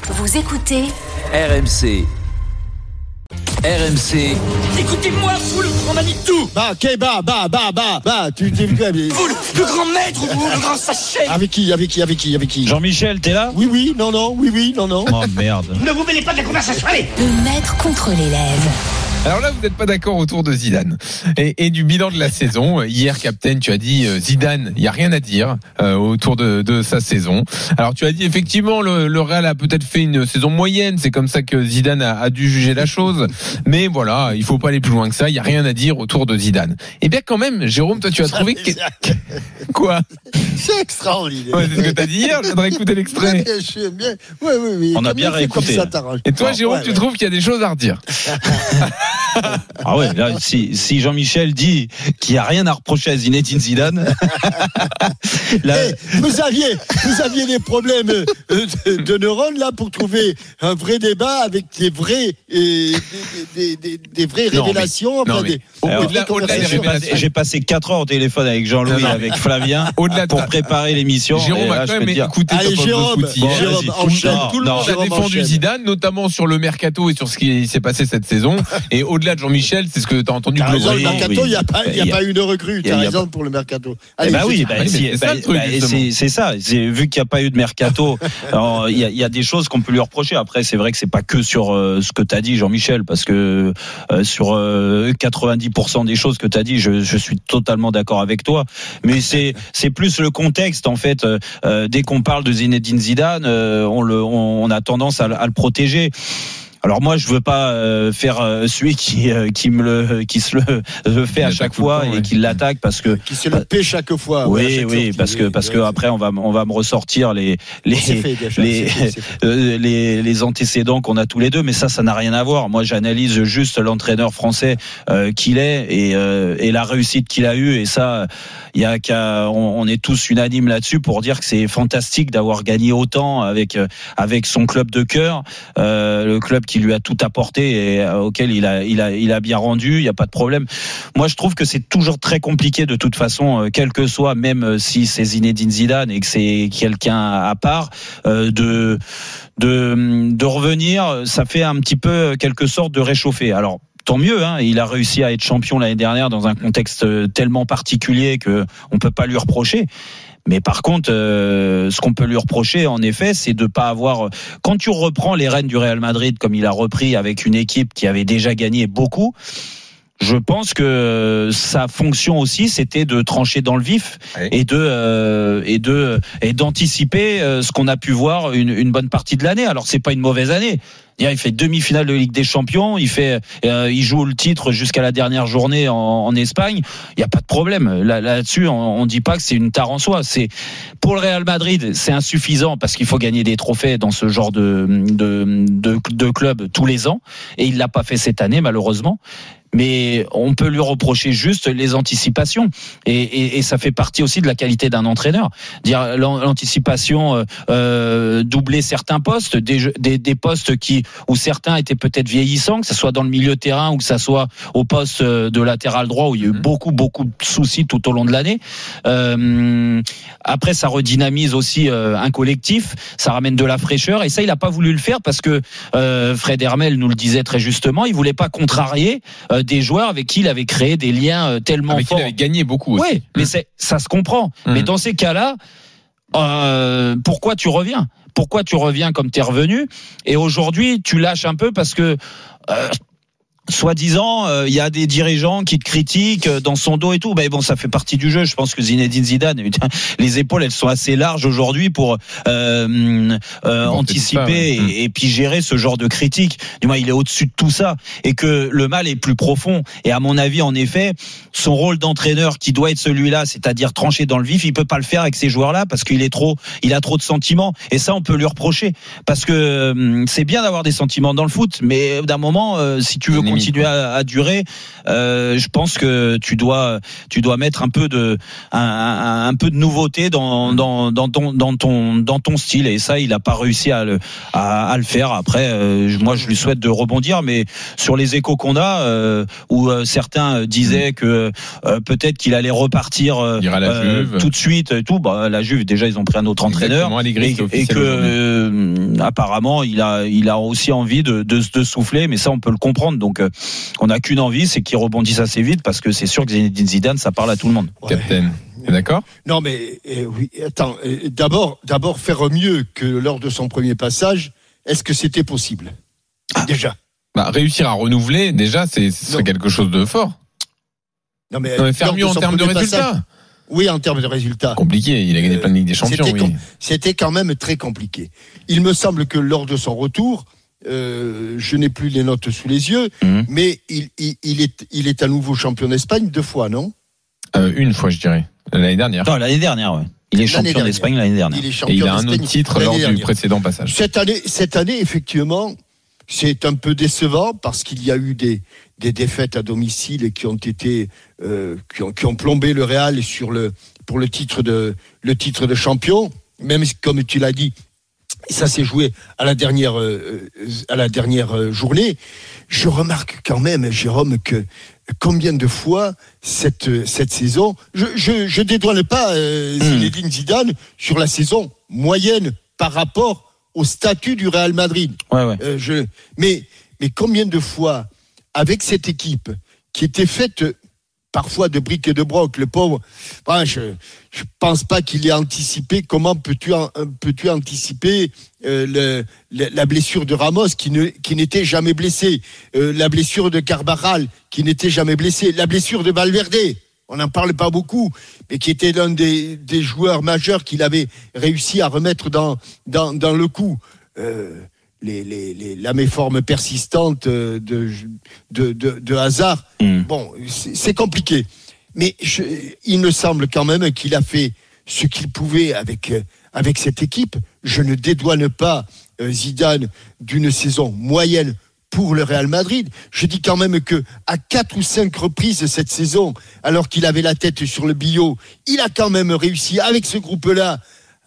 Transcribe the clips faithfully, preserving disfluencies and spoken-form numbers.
Vous écoutez R M C. R M C. Écoutez-moi, vous le grand Manitou. Bah, ok, bah, bah, bah, bah, bah, tu t'es vu. Vous le, le grand maître, vous le grand sachet. Avec qui, avec qui, avec qui, avec qui? Jean-Michel, t'es là? Oui, oui, non, non, oui, oui, non, non. Oh merde. Ne vous mêlez pas de la conversation, allez. le maître contre l'élève. Alors là, vous n'êtes pas d'accord autour de Zidane et, et du bilan de la saison. Hier, Captain, tu as dit euh, Zidane, il y a rien à dire euh, autour de, de sa saison. Alors tu as dit effectivement le, le Real a peut-être fait une saison moyenne, c'est comme ça que Zidane a, a dû juger la chose. Mais voilà, il faut pas aller plus loin que ça. Il y a rien à dire autour de Zidane. Et bien quand même, Jérôme, toi tu as trouvé que... quoi? C'est extraordinaire. Ouais, c'est ce que t'as dit hier. Je voudrais écouter l'extrait. Ouais, je suis bien. Oui, oui, oui. On a bien réécouté. Et toi, Jérôme, ouais, tu ouais. trouves qu'il y a des choses à redire? Ah ouais, là, si, si Jean-Michel dit qu'il n'y a rien à reprocher à Zinedine Zidane, là, hey, vous aviez, vous aviez des problèmes euh, de, de neurones là pour trouver un vrai débat avec des vrais, euh, des, des, des, des vraies Non, révélations. mais- enfin, non, mais- des, alors, des au-delà- au-delà des conversations. j'ai, passé, j'ai passé quatre heures au téléphone avec Jean-Louis Non, et non, avec Flavien Au-delà de pour ça, préparer l'émission. Jérôme Et là, a je quand peux même te dire- écouté Allez, Top of the Jérôme, Foot hier. Jérôme, Vas-y, enchaîne. non, Tout le non, monde a Jérôme, défendu enchaîne. Zidane, notamment sur le mercato et sur ce qui s'est passé cette saison. Et au-delà de Jean-Michel, c'est ce que tu as entendu T'as raison, le globalement. mercato, il oui. n'y a pas, il y a Il y a- pas eu de recrue. il y a- T'as il y a raison pour le mercato. Eh Allez, bah je- oui, bah, Ah oui, si- mais c'est ça bah, le truc, bah, justement. c'est, c'est ça. C'est, vu qu'il n'y a pas eu de mercato, alors, il y a, il y a des choses qu'on peut lui reprocher. Après, c'est vrai que c'est pas que sur euh, ce que t'as dit, Jean-Michel, parce que euh, sur euh, quatre-vingt-dix pour cent des choses que t'as dit, je, je suis totalement d'accord avec toi. Mais c'est, c'est plus le contexte en fait. Euh, dès qu'on parle de Zinedine Zidane, euh, on le, on, on a tendance à, le- à le protéger. Alors moi je veux pas euh, faire euh, celui qui euh, qui me le qui se le, le fait à l'attaque chaque tout le fois temps, et ouais. qui l'attaque parce que Qui se le paie chaque fois. ouais, à oui chaque oui sortie, parce que oui, parce oui, que oui. après on va on va me ressortir les les C'est fait déjà, les, c'est fait, c'est fait. euh, les les antécédents qu'on a tous les deux, mais ça ça n'a rien à voir. Moi j'analyse juste l'entraîneur français euh, qu'il est et euh, et la réussite qu'il a eue, et ça il y a qu'à on, on est tous unanimes là-dessus pour dire que c'est fantastique d'avoir gagné autant avec euh, avec son club de cœur, euh, le club qui lui a tout apporté et euh, auquel il a il a il a bien rendu, il y a pas de problème. Moi je trouve que c'est toujours très compliqué de toute façon, euh, quel que soit, même euh, si c'est Zinedine Zidane et que c'est quelqu'un à part, euh, de de de revenir, ça fait un petit peu quelque sorte de réchauffer. Alors tant mieux, hein, il a réussi à être champion l'année dernière dans un contexte tellement particulier que on peut pas lui reprocher. Mais par contre, euh, ce qu'on peut lui reprocher, en effet, c'est de pas avoir. Quand tu reprends les rênes du Real Madrid, comme il a repris avec une équipe qui avait déjà gagné beaucoup, je pense que sa fonction aussi, c'était de trancher dans le vif Oui. et de euh, et de et d'anticiper euh, ce qu'on a pu voir une, une bonne partie de l'année. Alors c'est pas une mauvaise année. Il fait demi-finale de Ligue des Champions, il fait, euh, il joue le titre jusqu'à la dernière journée en, en Espagne. Il y a pas de problème là, là-dessus. On, on dit pas que c'est une tare en soi. C'est pour le Real Madrid, c'est insuffisant parce qu'il faut gagner des trophées dans ce genre de de de, de club tous les ans, et il l'a pas fait cette année malheureusement. Mais on peut lui reprocher juste les anticipations, et, et, et ça fait partie aussi de la qualité d'un entraîneur. Dire l'anticipation, euh, euh, doubler certains postes, des, des, des postes qui où certains étaient peut-être vieillissants, que ça soit dans le milieu de terrain ou que ça soit au poste de latéral droit où il y a eu beaucoup beaucoup de soucis tout au long de l'année. Euh, après, ça redynamise aussi euh, un collectif, ça ramène de la fraîcheur, et ça il a pas voulu le faire parce que euh, Fred Hermel nous le disait très justement, il voulait pas contrarier euh, des joueurs avec qui il avait créé des liens euh, tellement Avec qui forts. il avait gagné beaucoup aussi. Oui, mais c'est, ça se comprend. Mmh. Mais dans ces cas-là, euh, pourquoi tu reviens ? Pourquoi tu reviens comme t'es revenu ? Et aujourd'hui, tu lâches un peu parce que euh, soi-disant, il euh, y a des dirigeants qui te critiquent dans son dos et tout. Ben bon, ça fait partie du jeu. Je pense que Zinedine Zidane, les épaules, elles sont assez larges aujourd'hui pour euh, euh, anticiper ça, ouais. et, et puis gérer ce genre de critiques. Du moins, il est au-dessus de tout ça, et que le mal est plus profond. Et à mon avis, en effet, son rôle d'entraîneur, qui doit être celui-là, c'est-à-dire trancher dans le vif, il peut pas le faire avec ces joueurs-là parce qu'il est trop, il a trop de sentiments. Et ça, on peut lui reprocher parce que euh, c'est bien d'avoir des sentiments dans le foot, mais d'un moment, euh, si tu veux continuer à, à durer, euh, je pense que tu dois, tu dois mettre un peu de, un, un, un peu de nouveauté dans, dans, dans ton, dans ton, dans ton style. Et ça, il a pas réussi à le, à, à le faire. Après, euh, moi, je lui souhaite de rebondir, mais sur les échos qu'on a, euh, où euh, certains disaient que euh, peut-être qu'il allait repartir euh, euh, tout de suite, et tout. Bah, la Juve, déjà, ils ont pris un autre entraîneur, et, et que euh, apparemment, il a, il a aussi envie de, de, de souffler, mais ça, on peut le comprendre. Donc, euh, on n'a qu'une envie, c'est qu'il rebondisse assez vite, parce que c'est sûr que Zinedine Zidane, ça parle à tout le monde. Ouais. Captain. D'accord ? Non, mais euh, oui. Attends. Euh, d'abord, d'abord faire mieux que lors de son premier passage. Est-ce que c'était possible ? ah. Déjà. Bah, réussir à renouveler, déjà, c'est, ce serait quelque chose de fort. Non, mais, non, mais faire mieux en termes de résultats. Passage, oui, en termes de résultats. Compliqué. Il a gagné euh, plein de Ligue des Champions. C'était, oui. com- c'était quand même très compliqué. Il me semble que lors de son retour, euh, je n'ai plus les notes sous les yeux, mmh. mais il, il, il, est, il est à nouveau champion d'Espagne deux fois, non ? euh, Une fois, je dirais. L'année dernière. Non, l'année dernière, ouais. Il est champion d'Espagne l'année dernière. Il est champion Et il a un d'Espagne autre titre lors dernière. Du précédent passage. Cette année, cette année, effectivement, c'est un peu décevant parce qu'il y a eu des, des défaites à domicile qui ont été, euh, qui ont, qui ont plombé le Real sur le, pour le titre de, le titre de champion. Même comme tu l'as dit, ça s'est joué à la dernière, euh, à la dernière journée. Je remarque quand même, Jérôme, que combien de fois cette, cette saison, je, je, je dédouane pas euh, Zinedine Zidane sur la saison moyenne par rapport au statut du Real Madrid. Ouais, ouais. Euh, je, mais, mais combien de fois, avec cette équipe qui était faite parfois de briques et de broc, le pauvre, bah, je je pense pas qu'il ait anticipé. Comment peux-tu, peux-tu anticiper euh, le, le, la blessure de Ramos qui, ne, qui n'était jamais blessé, euh, la blessure de Carvajal qui n'était jamais blessé, la blessure de Valverde, on n'en parle pas beaucoup, mais qui était l'un des, des joueurs majeurs qu'il avait réussi à remettre dans, dans, dans le coup. Euh, les, les, les, la méforme persistante de, de, de, de Hazard. Mmh. Bon, c'est, c'est compliqué. Mais je, il me semble quand même qu'il a fait ce qu'il pouvait avec, avec cette équipe. Je ne dédouane pas euh, Zidane d'une saison moyenne pour le Real Madrid. Je dis quand même que à quatre ou cinq reprises cette saison, alors qu'il avait la tête sur le billot, il a quand même réussi avec ce groupe-là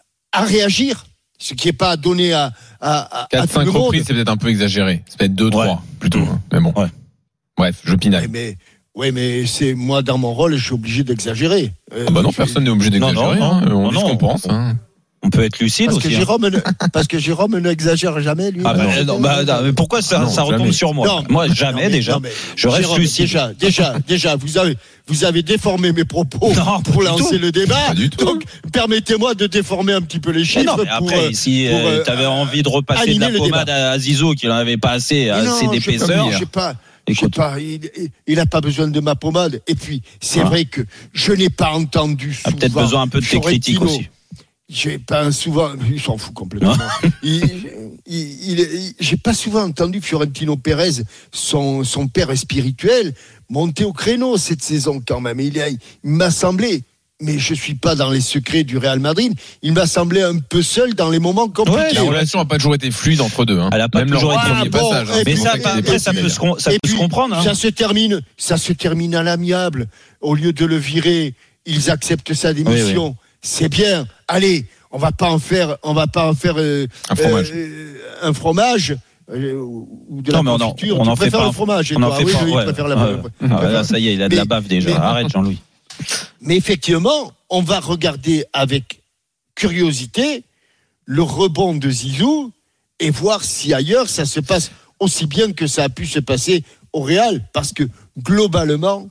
à réagir. Ce qui n'est pas donné à, à, à, quatre cinq reprises, c'est peut-être un peu exagéré. C'est peut-être deux trois, ouais. plutôt. Hein. Mais bon. Ouais. Bref, je pinaille. Mais, oui, mais c'est moi, dans mon rôle, je suis obligé d'exagérer. Euh, ah bah non, personne n'est obligé d'exagérer. Non, non, hein. On dit ce qu'on pense. On, hein. on peut être lucide parce aussi. Que hein. Jérôme ne, parce que Jérôme n'exagère jamais, lui. Ah bah, non, bah, non, mais pourquoi ça, non, ça retombe sur moi non, Moi, jamais, non, mais, déjà. Non, mais, je reste Jérôme, lucide. Déjà, déjà, déjà, vous avez, vous avez déformé mes propos non, pour lancer tout. le débat. Pas du tout. Donc, permettez-moi de déformer un petit peu les chiffres. Non, mais après, pour, si euh, tu avais envie de repasser de la pommade à Zizou, qu'il n'en avait pas assez, assez non, d'épaisseur. Je sais pas. Je sais pas, il n'a pas besoin de ma pommade. Et puis, c'est ah. vrai que je n'ai pas entendu souvent. A peut-être besoin un peu de tes critiques aussi. J'ai pas souvent, il s'en fout complètement. il, il, il, il, j'ai pas souvent entendu Fiorentino Pérez, son, son père spirituel, monter au créneau cette saison quand même. Il, a, il m'a semblé, mais je suis pas dans les secrets du Real Madrid, il m'a semblé un peu seul dans les moments compliqués. Ouais, la relation n'a pas toujours été fluide entre deux. Hein. Elle n'a pas Même toujours été ah, bon, passage, hein. Mais ça, après, ça peut, se, ça peut puis, se comprendre. Hein. Ça se termine, ça se termine à l'amiable. Au lieu de le virer, ils acceptent sa démission. Oui, oui. C'est bien. Allez, on va pas en faire, on va pas en faire euh, un fromage. Euh, un fromage euh, ou de non, la mais confiture. On, on tu en fait pas le fromage. On en fait oui, pas. oui, Ouais. préfère la ouais. Ah, là, ça y est, il a de mais, la bave déjà. Mais, Arrête, Jean-Louis. Mais effectivement, on va regarder avec curiosité le rebond de Zizou et voir si ailleurs ça se passe aussi bien que ça a pu se passer au Real, parce que globalement,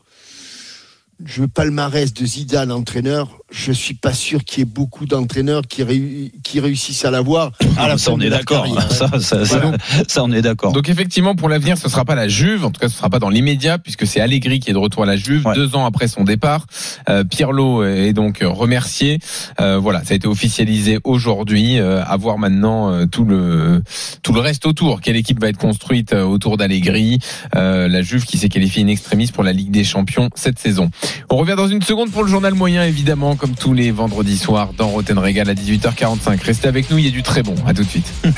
le palmarès de Zidane, entraîneur, je suis pas sûr qu'il y ait beaucoup d'entraîneurs qui, réu- qui réussissent à l'avoir. À la ça, on est d'accord. Carrière, ça, ça, ça, donc, ça, on est d'accord. Donc, effectivement, pour l'avenir, ce sera pas la Juve. En tout cas, ce sera pas dans l'immédiat, puisque c'est Allegri qui est de retour à la Juve, ouais. deux ans après son départ. Euh, Pirlo est donc remercié. Euh, voilà, ça a été officialisé aujourd'hui. Euh, à voir maintenant euh, tout le tout le reste autour. Quelle équipe va être construite euh, autour d'Allegri? Euh, la Juve qui s'est qualifiée in extremis pour la Ligue des Champions cette saison. On revient dans une seconde pour le journal moyen, évidemment, comme tous les vendredis soirs dans Roten Régal à dix-huit heures quarante-cinq. Restez avec nous, il y a du très bon. À tout de suite.